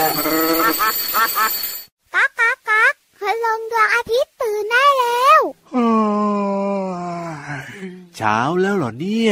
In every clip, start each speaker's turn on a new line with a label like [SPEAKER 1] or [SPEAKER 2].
[SPEAKER 1] ก๊ากก๊ากก๊ากคืลงดวงอาทิตย์ตื่นได้แล้ว
[SPEAKER 2] เช้าแล้วเหรอเนี่ย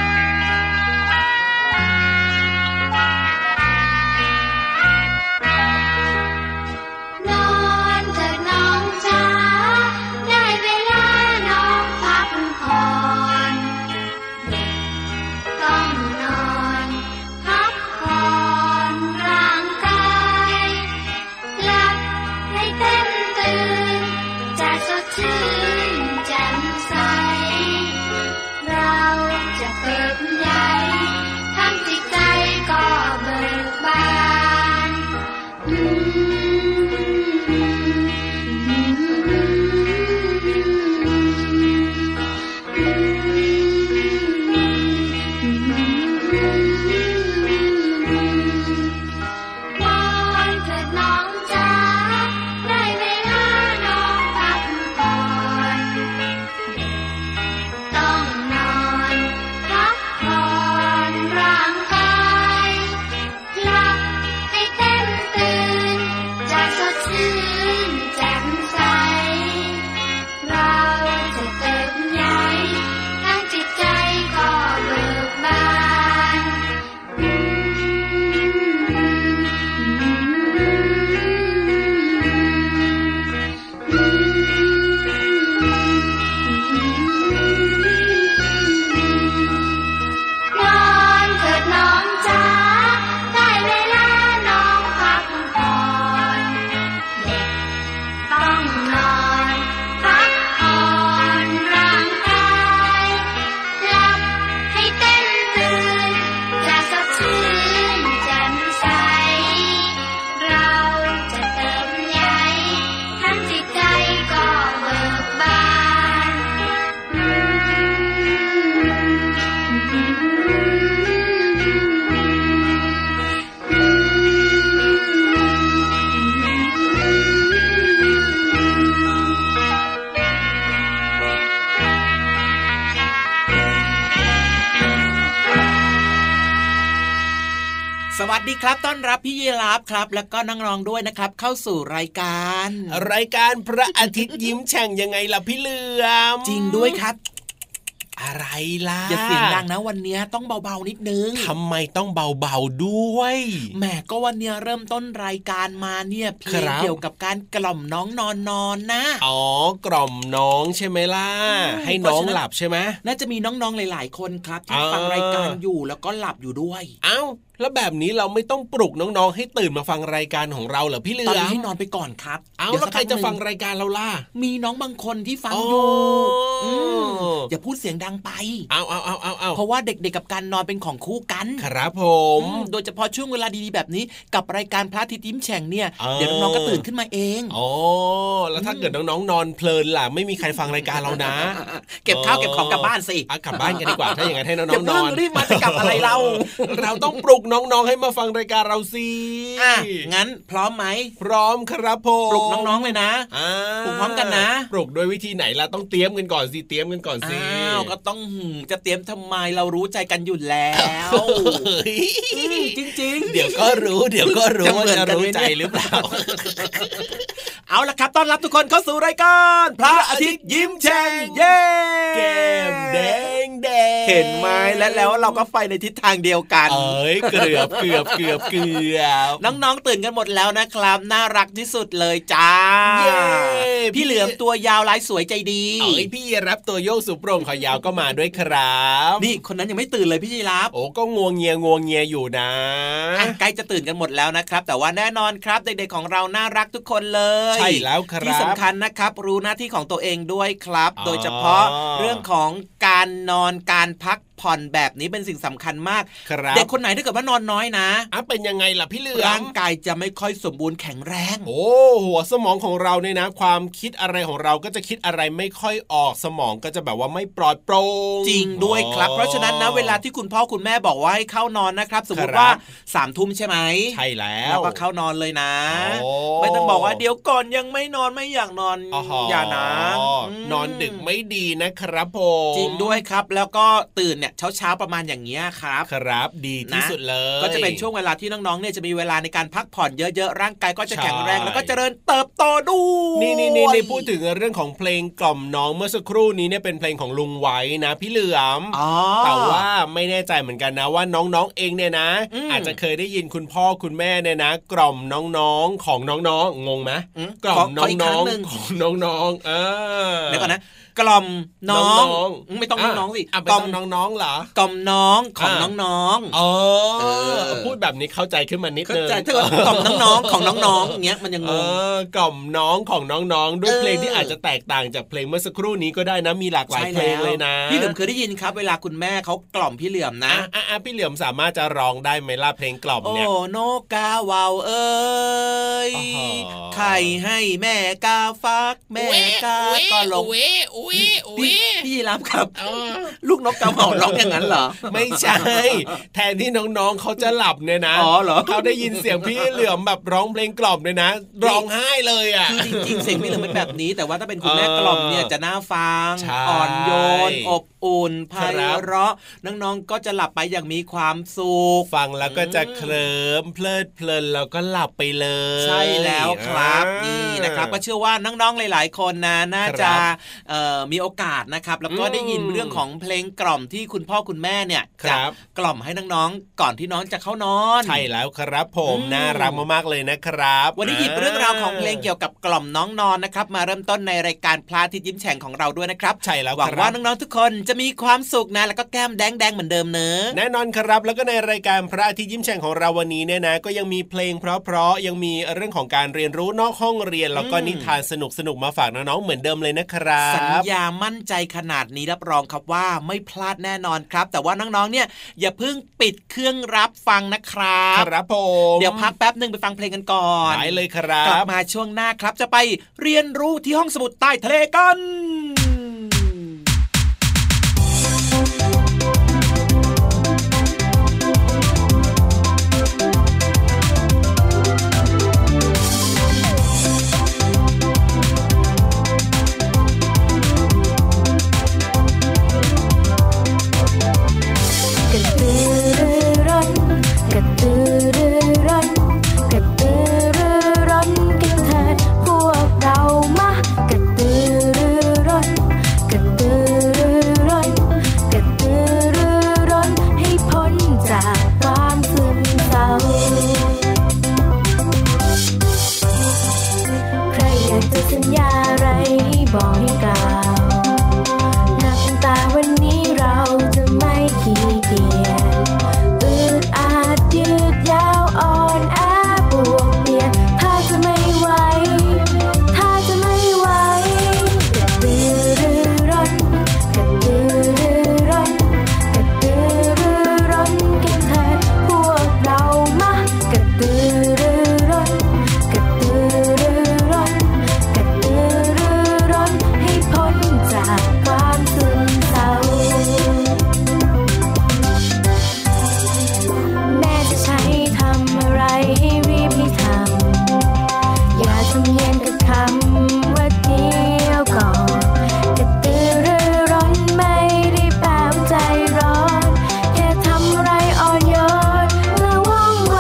[SPEAKER 3] สวัสดีครับต้อนรับพี่ยีราฟครับแล้วก็น้องๆด้วยนะครับเข้าสู่รายการ
[SPEAKER 4] พระอาทิตย์ยิ้มแฉ่งยังไงล่ะพี่เหลือม
[SPEAKER 3] จริงด้วยครับ
[SPEAKER 4] อะไรล่ะ
[SPEAKER 3] อย่าเสียงดังนะวันนี้ต้องเบาๆนิดนึง
[SPEAKER 4] ทำไมต้องเบาๆด้วย
[SPEAKER 3] แหมก็วันนี้เริ่มต้นรายการมาเนี่ยเพลงเกี่ยวกับการกล่อมน้องนอนนะ
[SPEAKER 4] อ๋อกล่อมน้องใช่ไหมล่ะให้น้องหลับใช่ไหม
[SPEAKER 3] น่าจะมีน้องๆหลายๆคนครับที่ฟังรายการอยู่แล้วก็หลับอยู่ด้วย
[SPEAKER 4] อ้าวแล้วแบบนี้เราไม่ต้องปลุกน้องๆให้ตื่นมาฟังรายการของเราเหรอพี่เหลือม
[SPEAKER 3] ตอนนี้ให้นอนไปก่อนครับ
[SPEAKER 4] เอาแล้วใครจะฟังรายการเราล่ะ
[SPEAKER 3] มีน้องบางคนที่ฟังอยู่อย่าพูดเสียงดังไป
[SPEAKER 4] เอา
[SPEAKER 3] เพราะว่าเด็กๆกับการนอนเป็นของคู่กัน
[SPEAKER 4] ครับผม
[SPEAKER 3] โดยเฉพาะช่วงเวลาดีๆแบบนี้กับรายการพระอาทิตย์ยิ้มแฉ่งเนี่ยเดี๋ยวน้องๆก็ตื่นขึ้นมาเอง
[SPEAKER 4] อ๋อแล้วถ้าเกิดน้องๆนอนเพลินล่ะไม่มีใครฟังรายการเรานะ
[SPEAKER 3] เก็บข้าวเก็บของกลับบ้านสิ
[SPEAKER 4] กลับบ้านกันดีกว่าถ้าอย่างนั้นให้น้องๆนอน
[SPEAKER 3] รีบมาจะกลับอะไร
[SPEAKER 4] เราต้องปลุกน้องๆให้มาฟังรายการเราสิ
[SPEAKER 3] งั้นพร้อมไหม
[SPEAKER 4] พร้อมครับผม
[SPEAKER 3] ปลุกน้องๆเลยนะปลุกพร้อมกันนะ
[SPEAKER 4] ปลุกด้วยวิธีไหนล่ะต้องเตรียมกันก่อนสิ
[SPEAKER 3] ก็ต้องจะเตรียมทำไมเรารู้ใจกันอยู่แล้วจริง
[SPEAKER 4] ๆเดี๋ยวก็รู้ว่าจะรู้ใจหรือเปล่า
[SPEAKER 3] เอาล่ะครับต้อนรับทุกคนเข้าสู่รายการพระอาทิตย์ยิ้มแฉ่งเย้
[SPEAKER 4] เกมแดง
[SPEAKER 3] เห็นไหมแล้วเราก็ไปในทิศทางเดียวกัน
[SPEAKER 4] เกือบ
[SPEAKER 3] น้องๆตื่นกันหมดแล้วนะครับน่ารักที่สุดเลยจ้าพี่เหลือมตัวยาวลายสวยใจดี
[SPEAKER 4] พี่รับตัวโยกสูงโปร่งขอยาวก็มาด้วยครับ
[SPEAKER 3] นี่คนนั้นยังไม่ตื่นเลยพี่ยีราฟ
[SPEAKER 4] โอ้ก็งวงเงียอยู่นะ
[SPEAKER 3] ใกล้จะตื่นกันหมดแล้วนะครับแต่ว่าแน่นอนครับเด็กๆของเราน่ารักทุกคนเลย
[SPEAKER 4] ใช่แล้วครับ
[SPEAKER 3] ที่สำคัญนะครับรู้หน้าที่ของตัวเองด้วยครับโดยเฉพาะเรื่องของการนอนการพักผ่อนแบบนี้เป็นสิ่งสำคัญมากเด็กคนไหนถ้าเกิดว่านอนน้อยนะ
[SPEAKER 4] เป็นยังไงล่ะพี่เหลือม
[SPEAKER 3] ร่างกายจะไม่ค่อยสมบูรณ์แข็งแรง
[SPEAKER 4] โอ้หัวสมองของเราเนี่ยนะความคิดอะไรของเราก็จะคิดอะไรไม่ค่อยออกสมองก็จะแบบว่าไม่ปลอดโปร่ง
[SPEAKER 3] จริงด้วยครับเพราะฉะนั้นนะเวลาที่คุณพ่อคุณแม่บอกว่าให้เข้านอนนะครับสมมติว่า3 ทุ่มใช่ไหม
[SPEAKER 4] ใช่แล้ว
[SPEAKER 3] ก็เข้านอนเลยนะไม่ต้องบอกว่าเดี๋ยวก่อนยังไม่นอนไม่อยากนอนอย่านะ
[SPEAKER 4] นอนดึกไม่ดีนะครับผม
[SPEAKER 3] จริงด้วยครับแล้วก็ตื่นเนี่ยเช้าประมาณอย่างเงี้ยครับ
[SPEAKER 4] ครับดีที่สุดเลย
[SPEAKER 3] ก็จะเป็นช่วงเวลาที่น้องๆเนี่ยจะมีเวลาในการพักผ่อนเยอะๆร่างกายก็จะแข็งแรงแล้วก็เจริญเติบโตด้วย
[SPEAKER 4] นี่พูดถึงเรื่องของเพลงกล่อมน้องเมื่อสักครู่นี้เนี่ยเป็นเพลงของลุงไว้นะพี่เหลือมแต่ว่าไม่แน่ใจเหมือนกันนะว่าน้องๆเองเนี่ยนะอาจจะเคยได้ยินคุณพ่อคุณแม่เนี่ยนะกล่อมน้องๆของน้องๆงงไหมกล่อมน้องๆของน้องๆ
[SPEAKER 3] เดี๋ยวก่อนนะกล่อมน้องไม่ต้องน้องสิ
[SPEAKER 4] กล่อมน้องๆเหรอก
[SPEAKER 3] ล่อมน้องของน้อง
[SPEAKER 4] ๆพูดแบบนี้เข้าใจขึ้นมานิดนึง
[SPEAKER 3] เข้าใจถ้าเกิดกล่อมน้องๆของน้องๆอย่างเงี้ยมันยังงง
[SPEAKER 4] กล่อมน้องของน้องๆด้วยเพลงที่อาจจะแตกต่างจากเพลงเมื่อสักครู่นี้ก็ได้นะมีหลากหลายเพลงเลยนะ
[SPEAKER 3] พี่เหลือมเคยได้ยินครับเวลาคุณแม่เขากล่อมพี่เหลือมนะ
[SPEAKER 4] พี่เหลือมสามารถจะร้องได้ไหมล่ะเพลงกล่อมเนี่ย
[SPEAKER 3] โอ้นกกาว่าวเอ้ยไข่ให้แม่กาฟักแม่กาก็ลงพี่รับครับลูกนกกาเหว่าร้องอย่างนั้นเหรอ
[SPEAKER 4] ไม่ใช่แทนที่น้องๆเขาจะหลับเนี่ยนะเขาได้ยินเสียงพี่เหลือมแบบร้องเพลงกล่อมเลยนะร้องไห้เลยอ่ะ
[SPEAKER 3] คือจริงๆเสียงพี่เหลือมเป็นแบบนี้แต่ว่าถ้าเป็นคุณแม่กล่อมเนี่ยจะน่าฟังอ่อนโยนอบอุ่นไพเราะน้องๆก็จะหลับไปอย่างมีความสุข
[SPEAKER 4] ฟังแล้วก็จะเคลิ้มเพลิดเพลินแล้วก็หลับไปเลย
[SPEAKER 3] ใช่แล้วครับนี่นะครับก็เชื่อว่าน้องๆหลายๆคนนะน่าจะมีโอกาสนะครับแล้วก็ได้ยินเรื่องของเพลงกล่อมที่คุณพ่อคุณแม่เนี่ยจะกล่อมให้น้องๆก่อนที่น้องจะเข้านอน
[SPEAKER 4] ใช่แล้วครับผมน่ารักมากๆเลยนะครับ
[SPEAKER 3] วันนี้หยิบเรื่องราวของเพลงเกี่ยวกับกล่อมน้องนอนนะครับมาเริ่มต้นในรายการพระอาทิตย์ยิ้มแฉ่งของเราด้วยนะครับ
[SPEAKER 4] ใช่แล้ว
[SPEAKER 3] หวังว่าน้องๆทุกคนจะมีความสุขนะแล้วก็แก้มแดงๆเหมือนเดิมเนอะ
[SPEAKER 4] แน่นอนครับแล้วก็ในรายการพระอาทิตย์ยิ้มแฉ่งของเราวันนี้เนี่ยนะก็ยังมีเพลงเพราะๆยังมีเรื่องของการเรียนรู้นอกห้องเรียนแล้วก็นิทานสนุกๆมาฝากน้องๆเหมือนเดิมเลยนะครับ
[SPEAKER 3] สัญญามั่นใจขนาดนี้รับรองครับว่าไม่พลาดแน่นอนครับแต่ว่าน้องๆเนี่ยอย่าเพิ่งปิดเครื่องรับฟังนะครับ
[SPEAKER 4] ครับผม
[SPEAKER 3] เดี๋ยวพักแป๊บนึงไปฟังเพลงกันก่อน
[SPEAKER 4] ได้เลยครับ
[SPEAKER 3] กลับมาช่วงหน้าครับจะไปเรียนรู้ที่ห้องสมุดใต้ทะเลกัน
[SPEAKER 5] บอกให้กล่าวนับตั้งแต่วันนี้เราจะไม่ขี้เกียจอึดอัดยืดยาวอ่อนแอปวดเปียกถ้าจะไม่ไหวกระตือรือร้นกระตือรือร้นกระตือรือร้นกันเถิดพวกเรามากระตือรือร้นกระตือรือร้นกระตือรือร้นให้พ้นจากความซึมเศร้าแม่จะใช้ทำอะไรให้รีบให้ทำอย่าทำเย็นกับคำว่าเดียวก่อนกระตือรือร้นไม่ได้แปลว่าใจร้อนแค่ทำอะไรอ่อนโยนเมื่อว่องไว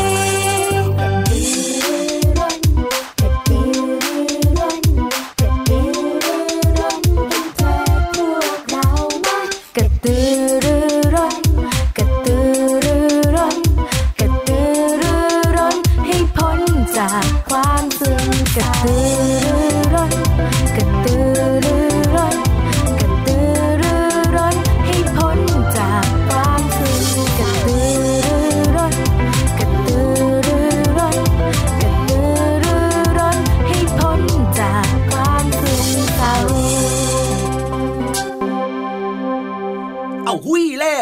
[SPEAKER 5] กระตือรือร้นกระตือรือร้นกันเถิดพวกเรามากระตือรือร้นกระตือรือร้นกระตือรือร้นให้พ้นจากความซึมกระตือรือร้นกระตือรือร้นกระตือรือร้นให้พ้นจากความซึมกระตือรือร้นกระตือรือร้นกระตือรือร้นให้พ้นจากความซึมเศร้า
[SPEAKER 3] เอาหุยเล่หุยเอา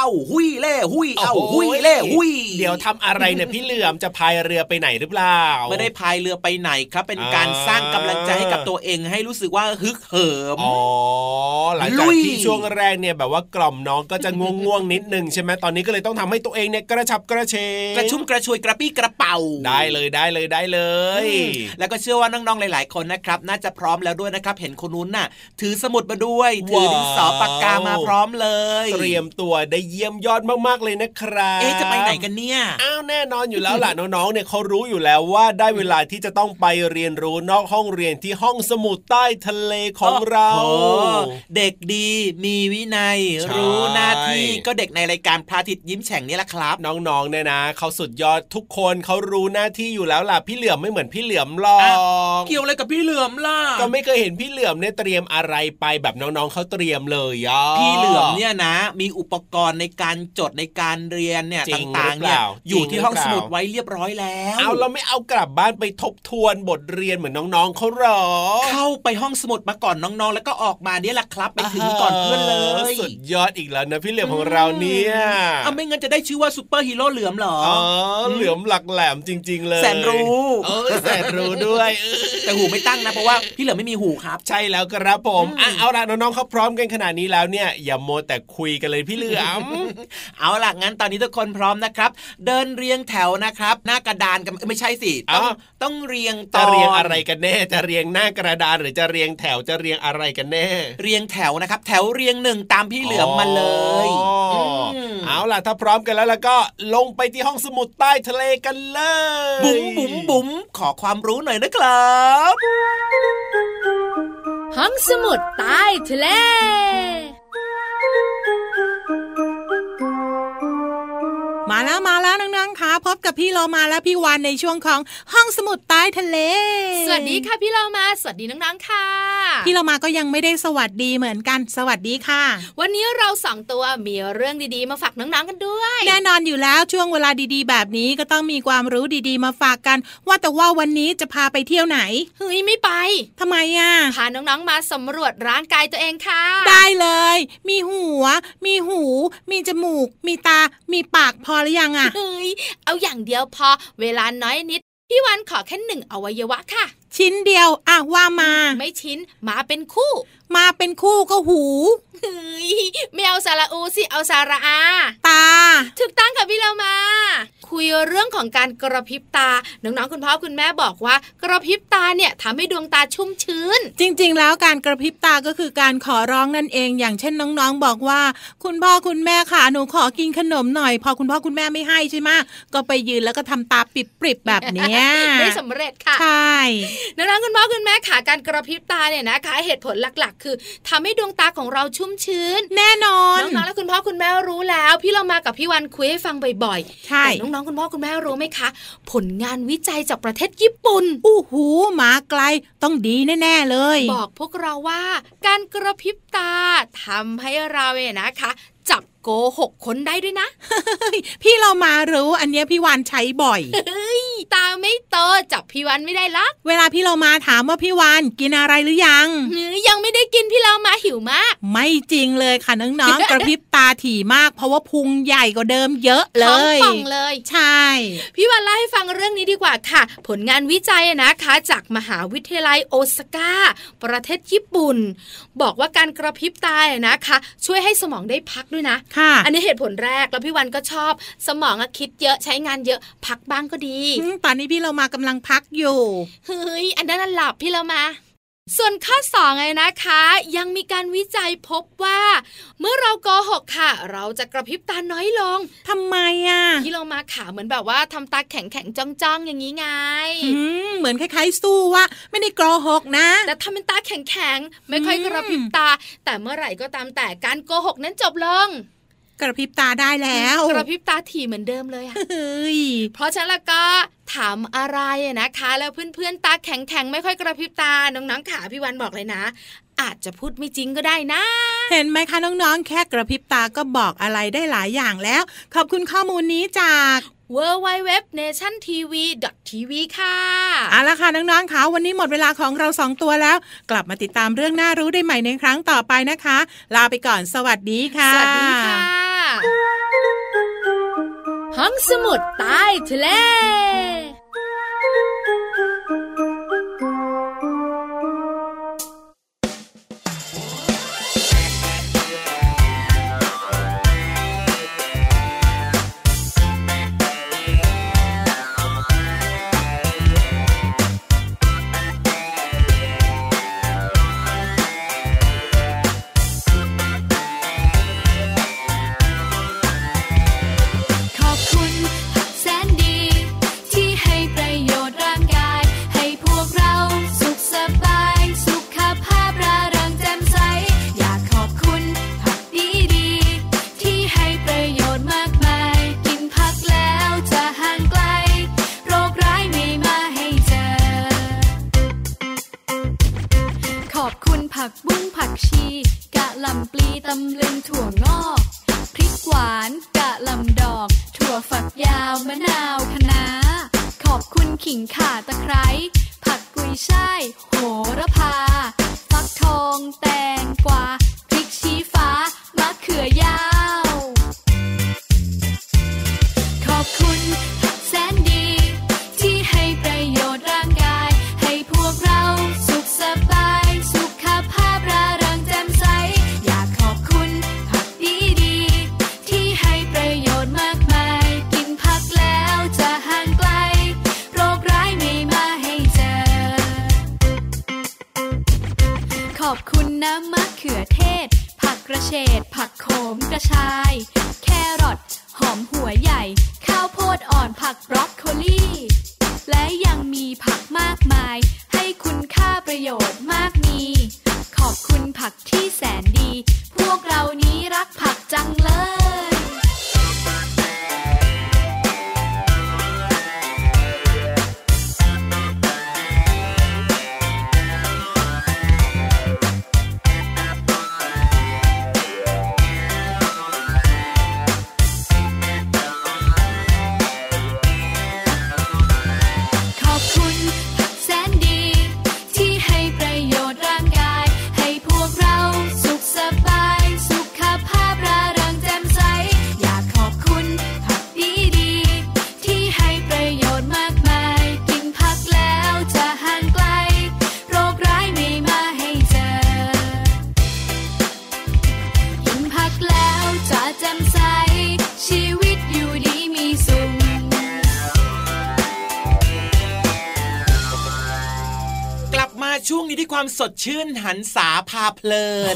[SPEAKER 3] เอาหุยเล่หุยเอาหุยเล่หุย
[SPEAKER 4] เดี๋ยวทำอะไรเนี่ยพี่เหลือมจะพายเรือไปไหนหรือเปล่า
[SPEAKER 3] ไม่ได้พายเรือไปไหนครับเป็นการสร้างกำลังใจให้กับตัวเองให้รู้สึกว่าฮึกเหิม
[SPEAKER 4] หลังจากที่ช่วงแรกเนี่ยแบบว่ากล่อมน้องก็จะง่วงนิดนึงใช่ไหมตอนนี้ก็เลยต้องทำให้ตัวเองเนี่ยกระฉับกระเฉง
[SPEAKER 3] กระชุ่มกระชวยกระปี้กระเป๋า
[SPEAKER 4] ได้เลย
[SPEAKER 3] แล้วก็เชื่อว่าน้องๆหลายๆคนนะครับน่าจะพร้อมแล้วด้วยนะครับเห็นคนนู้นน่ะถือสมุดมาด้วยถือดินสอปากกามาพร้อมเลย
[SPEAKER 4] เตรียมตัวได้เยี่ยมยอดมากๆเลยนะครับ
[SPEAKER 3] จะไปไหนกันเนี่ย
[SPEAKER 4] อ้าวแน่นอนอยู่แล้วล่ะ น้องๆเนี่ยเขารู้อยู่แล้วว่าได้เวลาที่จะต้องไปเรียนรู้นอกห้องเรียนที่ห้องสมุดใต้ทะเลของเรา
[SPEAKER 3] เด็กดีมีวินัยรู้หน้าที่ก็เด็กในรายการพระอาทิตย์ยิ้มแฉ่งนี่แหละครับ
[SPEAKER 4] น้องๆเนี่ยนะเขาสุดยอดทุกคนเขารู้หน้าที่อยู่แล้วล่ะพี่เหลือมไม่เหมือนพี่เหลือมหรอก
[SPEAKER 3] เกี่ยวอะไรกับพี่เหลือมล่ะ
[SPEAKER 4] ก็ไม่เคยเห็นพี่เหลือมเนี่ยเตรียมอะไรไปแบบน้องๆเขาเตรียมเลย
[SPEAKER 3] พี่เหลือมเนี่ยนะมีอุปกรณ์ในการจดในการเรียนเนี่ยต่างๆเนี่ยอยู่ที่ห้องสมุดไว้เรียบร้อยแล้ว
[SPEAKER 4] เราไม่เอากลับบ้านไปทบทวนบทเรียนเหมือนน้องๆเขาหรอ
[SPEAKER 3] เข้าไปห้องสมุดมาก่อนน้องๆแล้วก็ออกมาเนี่ยแหละครับไปถึงก่อนเพื่อนเลย
[SPEAKER 4] สุดยอดอีกแล้วนะพี่เหลือมของเราเนี่ย
[SPEAKER 3] ไม่งั้นจะได้ชื่อว่าซุปเปอร์ฮีโร่เหลือมหรอ
[SPEAKER 4] เหลือมหลักแหลมจริงๆเลย
[SPEAKER 3] แสนรู้
[SPEAKER 4] แสนรู้ด้วย
[SPEAKER 3] แต่หูไม่ตั้งนะเพราะว่าพี่เหลือมไม่มีหูครับ
[SPEAKER 4] ใช่แล้วครับผมเอาล่ะน้องๆเขาพร้อมกันขนาดนี้แล้วเนี่ยอย่าโมแต่คุยกันเลยพี่เหลือม
[SPEAKER 3] เอาล่ะงั้นตอนนี้ทุกคนพร้อมนะครับเดินเรียงแถวนะครับหน้ากระดานกันไม่ใช่สิต้องเรียง
[SPEAKER 4] จะเรียงอะไรกันแน่จะเรียงหน้ากระดานหรือจะเรียงแถวจะเรียงอะไรกันแน่
[SPEAKER 3] เรียงแถวนะครับแถวเรียงหนึ่งตามพี่เหลือมมาเลย
[SPEAKER 4] เอาล่ะถ้าพร้อมกันแล้วก็ลงไปที่ห้องสมุดใต้ทะเลกันเลย
[SPEAKER 3] บุ๋มบุ๋มบุ๋มขอความรู้หน่อยนะครับ
[SPEAKER 5] ห้องสมุดใต้ทะเล
[SPEAKER 6] มาแล้วน้องๆค่ะพบกับพี่โลมาและพี่วานในช่วงของห้องสมุดใต้ทะเล
[SPEAKER 5] สวัสดีค่ะพี่โลมาสวัสดีน้องๆค่ะ
[SPEAKER 6] พี่โลมาก็ยังไม่ได้สวัสดีเหมือนกันสวัสดีค่ะ
[SPEAKER 5] วันนี้เรา2ตัวมีเรื่องดีๆมาฝากน้องๆกันด้วย
[SPEAKER 6] แน่นอนอยู่แล้วช่วงเวลาดีๆแบบนี้ก็ต้องมีความรู้ดีๆมาฝากกันว่าแต่ว่าวันนี้จะพาไปเที่ยวไหน
[SPEAKER 5] เฮ้ยไม่ไป
[SPEAKER 6] ทำไมอ่ะ
[SPEAKER 5] พาน้องๆมาสำรวจร่างกายตัวเองค่ะ
[SPEAKER 6] ได้เลยมีหัวมีหูมีจมูกมีตามีปากพอหรือยังอ่ะ
[SPEAKER 5] เฮ้ยเอาอย่างเดียวพอเวลาน้อยนิดพี่วันขอแค่1อวัยวะค่ะ
[SPEAKER 6] ชิ้นเดียวว่ามา
[SPEAKER 5] ไม่ชิ้นมาเป็นคู่
[SPEAKER 6] มาเป็นคู่ก็หู
[SPEAKER 5] ไม่เอาสระอูสิเอาสระอา
[SPEAKER 6] ตา
[SPEAKER 5] ถูกต้องค่ะพี่เรามาคุยเรื่องของการกระพริบตาน้องๆคุณพ่อคุณแม่บอกว่ากระพริบตาเนี่ยทำให้ดวงตาชุ่มชื้น
[SPEAKER 6] จริงๆแล้วการกระพริบตาก็คือการขอร้องนั่นเองอย่างเช่นน้องๆบอกว่าคุณพ่อคุณแม่ค่ะหนูขอกินขนมหน่อยพอคุณพ่อคุณแม่ไม่ให้ใช่ไหมก็ไปยืนแล้วก็ทำตาปิบๆแบบนี้
[SPEAKER 5] ไม่สำเร็จค่ะ
[SPEAKER 6] ใช่
[SPEAKER 5] น้องๆคุณพ่อคุณแม่ค่ะการกระพริบตาเนี่ยนะคะเหตุผลหลักๆคือทำให้ดวงตาของเราชุ่มชื้น
[SPEAKER 6] แน่นอน
[SPEAKER 5] น้องๆและคุณพ่อคุณแม่รู้แล้วพี่เรามากับพี่วันคุยให้ฟังบ่อยๆแต่น้องๆคุณพ่อคุณแม่รู้ไหมคะผลงานวิจัยจากประเทศญี่ปุ่น
[SPEAKER 6] อู้หูมาไกลต้องดีแน่ๆเลย
[SPEAKER 5] บอกพวกเราว่าการกระพริบตาทำให้เราเนี่ยนะคะจับโกหกคนได้ด้วยนะ
[SPEAKER 6] พี่เรามารู้อันนี้พี่วานใช้บ่อย
[SPEAKER 5] ตาไม่โตจับพี่วานไม่ได้ลัก
[SPEAKER 6] เวลาพี่เรามาถามว่าพี่วานกินอะไรหรือยัง
[SPEAKER 5] ยังไม่ได้กินพี่เรามาหิวมาก
[SPEAKER 6] ไม่จริงเลยค่ะน้องๆ กระพริบตาถี่มากเพราะว่าพุงใหญ่กว่าเดิมเยอะเลย
[SPEAKER 5] ท้องป่องเลย
[SPEAKER 6] ใช่
[SPEAKER 5] พี่วานเล่าให้ฟังเรื่องนี้ดีกว่าค่ะผลงานวิจัยนะคะจากมหาวิทยาลัยโอซาก้าประเทศญี่ปุ่นบอกว่าการกระพริบตานะคะช่วยให้สมองได้พักด้วยนะอันนี้เหตุผลแรกแล้วพี่วันก็ชอบสมองคิดเยอะใช้งานเยอะพักบ้างก็ดี
[SPEAKER 6] ตอนนี้พี่เรามากำลังพักอยู่
[SPEAKER 5] เฮ้ยอันนั้นหลับพี่เรามาส่วนข้อ2ไงนะคะยังมีการวิจัยพบว่าเมื่อเราโกหกค่ะเราจะกระพริบตาน้อยลง
[SPEAKER 6] ทำไมอ่ะ
[SPEAKER 5] พี่เรามาขาเหมือนแบบว่าทำตาแข็งๆจ้องๆอย่างนี้ไง
[SPEAKER 6] เหมือนคล้ายๆสู้ว่าไม่ได้โกหกนะ
[SPEAKER 5] แต่ทำเป็นตาแข็งๆไม่ค่อยกระพริบตาแต่เมื่อไหร่ก็ตามแต่การโกหกนั้นจบลง
[SPEAKER 6] กระพริบตาได้แล้ว
[SPEAKER 5] กระพริบตาถี่เหมือนเดิมเลยอ่ะเพราะฉะนั้นแล้วก็ถามอะไรนะคะแล้วเพื่อนๆตาแข็งๆไม่ค่อยกระพริบตาน้องๆขาพี่วันบอกเลยนะอาจจะพูดไม่จริงก็ได้นะ
[SPEAKER 6] เห็นไหมคะน้องๆแค่กระพริบตาก็บอกอะไรได้หลายอย่างแล้วขอบคุณข้อมูลนี้จาก
[SPEAKER 5] www.nationtv.tv ค่ะ
[SPEAKER 6] เอาล่ะค่ะน้องๆค่ะวันนี้หมดเวลาของเรา2ตัวแล้วกลับมาติดตามเรื่องน่ารู้ได้ใหม่ในครั้งต่อไปนะคะลาไปก่อนสวัสดีค่ะ
[SPEAKER 5] สวัสดีค่ะ
[SPEAKER 7] ห้องสมุดใต้ทะเล
[SPEAKER 3] ช่วงนี้ด้วยความสดชื่นหันษาพาเพลิน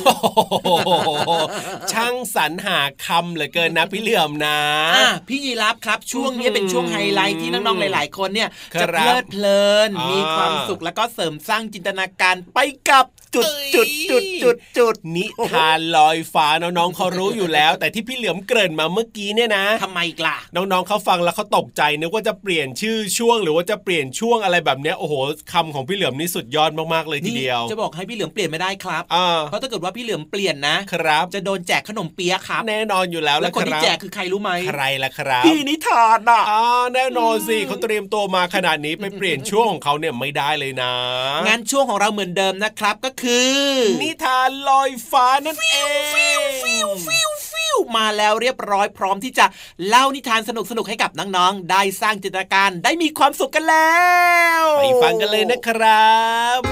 [SPEAKER 4] ช่างสรรหาคำเหลือเกินนะพี่เหลื่อมนะ
[SPEAKER 3] พี่ยีรับครับช่วงนี้เป็นช่วงไฮไลท์ที่น้องๆหลายๆคนเนี่ยจะเพลิดเพลินมีความสุขแล้วก็เสริมสร้างจินตนาการไปกับจุดนิทานลอยฟ้าน้องๆเขารู้อยู่แล้วแต่ที่พี่เหลือมเกริ่นมาเมื่อกี้เนี่ยนะทำไมกล่ะ
[SPEAKER 4] น้องๆเขาฟังแล้วเขาตกใจนึกว่าจะเปลี่ยนชื่อช่วงหรือว่าจะเปลี่ยนช่วงอะไรแบบเนี้ยโอ้โหคำของพี่เหลือมนี่สุดยอดมากๆเลยทีเดียว
[SPEAKER 3] จะบอกให้พี่เหลือมเปลี่ยนไม่ได้ครับเพราะถ้าเกิดว่าพี่เหลือมเปลี่ยน
[SPEAKER 4] นะครับ
[SPEAKER 3] จะโดนแจกขนมเปี๊ยะครับ
[SPEAKER 4] แน่นอนอยู่แล้ว
[SPEAKER 3] แล้วคนที่แจกคือใครรู้ไหม
[SPEAKER 4] ใครล่ะครับ
[SPEAKER 3] พี่นิทาน
[SPEAKER 4] แน่นอนสิเขาเตรียมตัวมาขนาดนี้ไปเปลี่ยนช่วงของเขาเนี่ยไม่ได้เลยนะ
[SPEAKER 3] งั้นช่วงของเราเหมือนเดิมนะครับก็คือ
[SPEAKER 4] นิทานลอยฟ้านั่นเอง
[SPEAKER 3] ฟิวมาแล้วเรียบร้อยพร้อมที่จะเล่านิทานสนุกๆให้กับน้องๆได้สร้างจินตนาการได้มีความสุขกันแล้ว
[SPEAKER 4] ไปฟังกันเลยนะครับ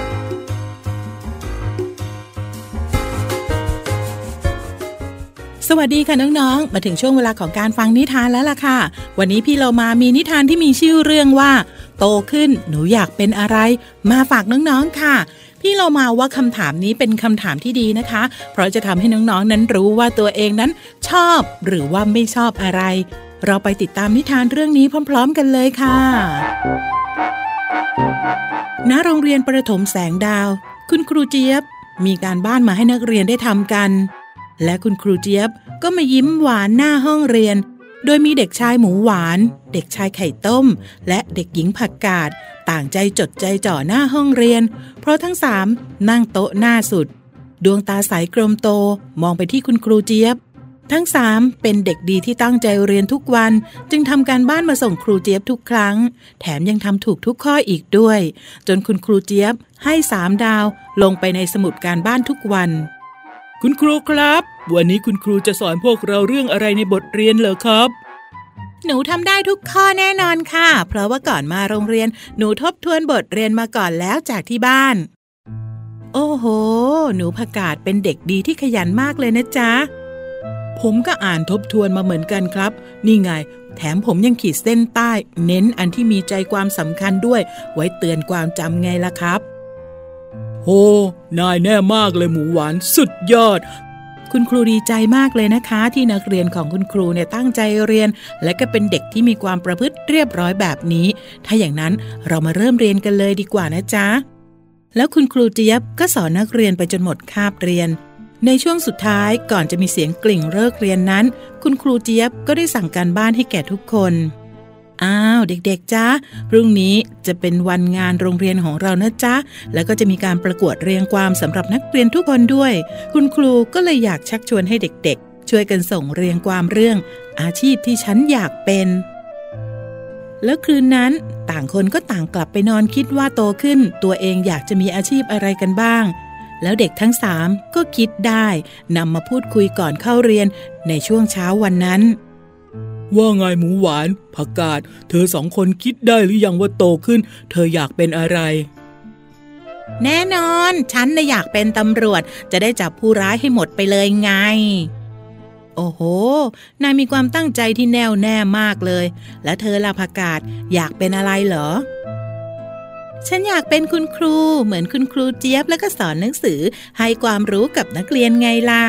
[SPEAKER 6] สวัสดีค่ะน้องๆมาถึงช่วงเวลาของการฟังนิทานแล้วล่ะค่ะวันนี้พี่เรามามีนิทานที่มีชื่อเรื่องว่าโตขึ้นหนูอยากเป็นอะไรมาฝากน้องๆค่ะพี่เรามาว่าคำถามนี้เป็นคำถามที่ดีนะคะเพราะจะทำให้น้องๆนั้นรู้ว่าตัวเองนั้นชอบหรือว่าไม่ชอบอะไรเราไปติดตามนิทานเรื่องนี้พร้อมๆกันเลยค่ะณโรงเรียนประถมแสงดาวคุณครูเจี๊ยบมีการบ้านมาให้นักเรียนได้ทำกันและคุณครูเจี๊ยบก็มายิ้มหวานหน้าห้องเรียนโดยมีเด็กชายหมูหวานเด็กชายไข่ต้มและเด็กหญิงผักกาดต่างใจจดใจจ่อหน้าห้องเรียนเพราะทั้ง3นั่งโต๊ะหน้าสุดดวงตาใสกลมโตมองไปที่คุณครูเจี๊ยบทั้ง3เป็นเด็กดีที่ตั้งใจเรียนทุกวันจึงทำการบ้านมาส่งครูเจี๊ยบทุกครั้งแถมยังทำถูกทุกข้ออีกด้วยจนคุณครูเจี๊ยบให้3ดาวลงไปในสมุดการบ้านทุกวันคุณครูครับวันนี้คุณครูจะสอนพวกเราเรื่องอะไรในบทเรียนเหรอครับหนูทำได้ทุกข้อแน่นอนค่ะเพราะว่าก่อนมาโรงเรียนหนูทบทวนบทเรียนมาก่อนแล้วจากที่บ้านโอ้โหหนูผักกาดเป็นเด็กดีที่ขยันมากเลยนะจ๊ะผมก็อ่านทบทวนมาเหมือนกันครับนี่ไงแถมผมยังขีดเส้นใต้เน้นอันที่มีใจความสำคัญด้วยไว้เตือนความจำไงล่ะครับโหนายแน่มากเลยหมูหวานสุดยอดคุณครูดีใจมากเลยนะคะที่นักเรียนของคุณครูเนี่ยตั้งใจเรียนและก็เป็นเด็กที่มีความประพฤติเรียบร้อยแบบนี้ถ้าอย่างนั้นเรามาเริ่มเรียนกันเลยดีกว่านะจ๊ะแล้วคุณครูเจี๊ยบก็สอนนักเรียนไปจนหมดคาบเรียนในช่วงสุดท้ายก่อนจะมีเสียงกลิ่งเลิกเรียนนั้นคุณครูเจี๊ยบก็ได้สั่งการบ้านให้แก่ทุกคนอ้าวเด็กๆจ๊ะพรุ่งนี้จะเป็นวันงานโรงเรียนของเรานะจ๊ะแล้วก็จะมีการประกวดเรียงความสำหรับนักเรียนทุกคนด้วยคุณครูก็เลยอยากชักชวนให้เด็กๆช่วยกันส่งเรียงความเรื่องอาชีพที่ฉันอยากเป็นแล้วคืนนั้นต่างคนก็ต่างกลับไปนอนคิดว่าโตขึ้นตัวเองอยากจะมีอาชีพอะไรกันบ้างแล้วเด็กทั้ง3ก็คิดได้นำมาพูดคุยก่อนเข้าเรียนในช่วงเช้าวันนั้นว่าไงหมูหวานผักกาดเธอ2คนคิดได้หรือยังว่าโตขึ้นเธออยากเป็นอะไรแน่นอนฉันน่ะอยากเป็นตำรวจจะได้จับผู้ร้ายให้หมดไปเลยไงโอ้โหนายมีความตั้งใจที่แน่วแน่มากเลยแล้วเธอล่ะผักกาดอยากเป็นอะไรเหรอฉันอยากเป็นคุณครูเหมือนคุณครูเจี๊ยบแล้วก็สอนหนังสือให้ความรู้กับนักเรียนไงล่ะ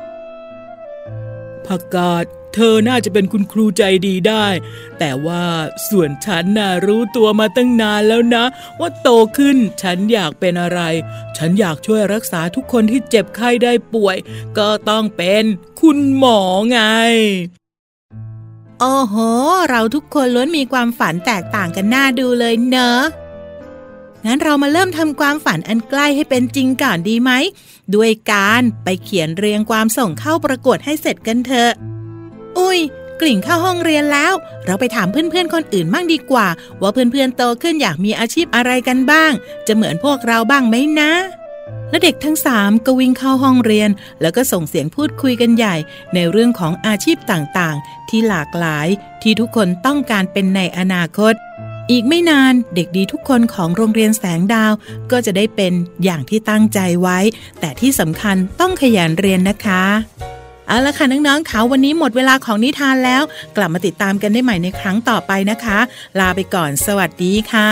[SPEAKER 6] ผักกาดเธอน่าจะเป็นคุณครูใจดีได้แต่ว่าส่วนฉันน่ะรู้ตัวมาตั้งนานแล้วนะว่าโตขึ้นฉันอยากเป็นอะไรฉันอยากช่วยรักษาทุกคนที่เจ็บไข้ได้ป่วยก็ต้องเป็นคุณหมอไงโอ้โหเราทุกคนล้วนมีความฝันแตกต่างกันน่าดูเลยเนอะงั้นเรามาเริ่มทำความฝันอันใกล้ให้เป็นจริงก่อนดีไหมด้วยการไปเขียนเรียงความส่งเข้าประกวดให้เสร็จกันเถอะอุ้ยกลิ่งเข้าห้องเรียนแล้วเราไปถามเพื่อนๆคนอื่นบ้างดีกว่าว่าเพื่อนๆโตขึ้นอยากมีอาชีพอะไรกันบ้างจะเหมือนพวกเราบ้างไหมนะและเด็กทั้ง3ก็วิ่งเข้าห้องเรียนแล้วก็ส่งเสียงพูดคุยกันใหญ่ในเรื่องของอาชีพต่างๆที่หลากหลายที่ทุกคนต้องการเป็นในอนาคตอีกไม่นานเด็กดีทุกคนของโรงเรียนแสงดาวก็จะได้เป็นอย่างที่ตั้งใจไว้แต่ที่สำคัญต้องขยันเรียนนะคะเอาละค่ะน้องๆค่ะวันนี้หมดเวลาของนิทานแล้วกลับมาติดตามกันได้ใหม่ในครั้งต่อไปนะคะลาไปก่อนสวัสดีค่ะ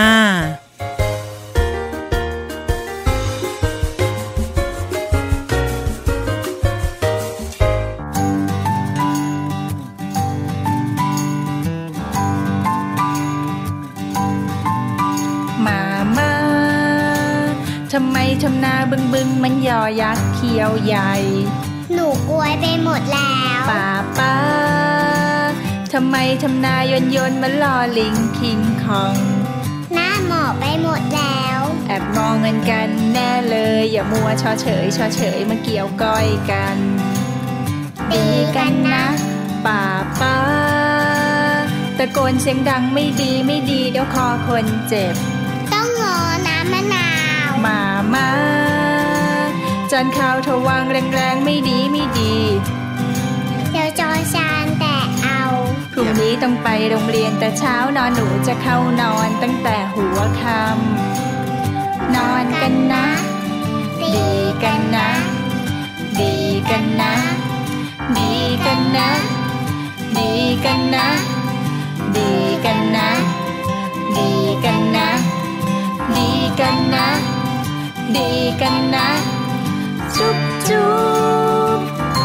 [SPEAKER 5] ทำไมทำนาบึงมันยอยักษ์เขียวใหญ่
[SPEAKER 1] หนูกลัวไปหมดแล้ว
[SPEAKER 5] ป้าทำไมทำนายนมันลอลิงคิงคอง
[SPEAKER 1] หน้าหมอบไปหมดแล้ว
[SPEAKER 5] แอบมองเงินกันแน่เลยอย่ามัวชอเฉยมาเกี่ยวก้อยกัน
[SPEAKER 1] ตีกันนะ
[SPEAKER 5] ป้าตะโกนเสียงดังไม่ดีเดี๋ยวคอคนเจ็บ
[SPEAKER 1] ต้องงอน้ำมะนาว
[SPEAKER 5] มาจานข้าวทวางแรงๆไม่ดี
[SPEAKER 1] เดี๋ยวจอชานแต่เอา
[SPEAKER 5] พรุ่งนี้ต้องไปโรงเรียนแต่เช้านอนหนูจะเข้านอนตั้งแต่หัวค่ำนอนกันนะดีกันนะดีกันนะดีกันนะดีกันนะดีกันนะดีกันนะดีกันนะดีกันนะจุ๊บจุ๊บ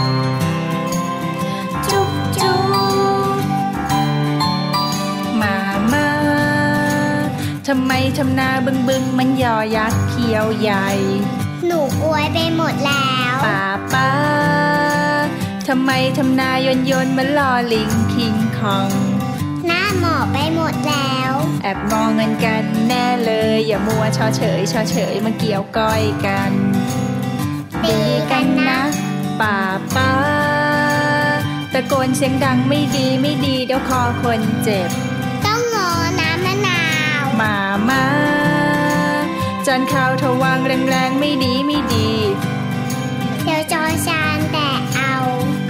[SPEAKER 5] จุ๊บจุ๊บมาทำไมทำนาบึงมันยอยักษ์เขียวใหญ่
[SPEAKER 1] หนูกลัวไปหมดแล้ว
[SPEAKER 5] ป้าทำไมทำนายนมันลอลิงคิงคอง
[SPEAKER 1] หน้าหมอบไปหมดแล้ว
[SPEAKER 5] แอบมองเงินกันแน่เลยอย่ามัวชอเฉยมาเกี่ยวก้อยกัน
[SPEAKER 1] ตีกันนะ
[SPEAKER 5] ป้าตะโกนเสียงดังไม่ดีเดี๋ยวคอคนเจ็บ
[SPEAKER 1] ต้องงอน้ำมะนาว
[SPEAKER 5] มาจานข้าวทวางแรงๆไม่ดี
[SPEAKER 1] เดี๋ยวจอชานแต่เอา
[SPEAKER 5] พ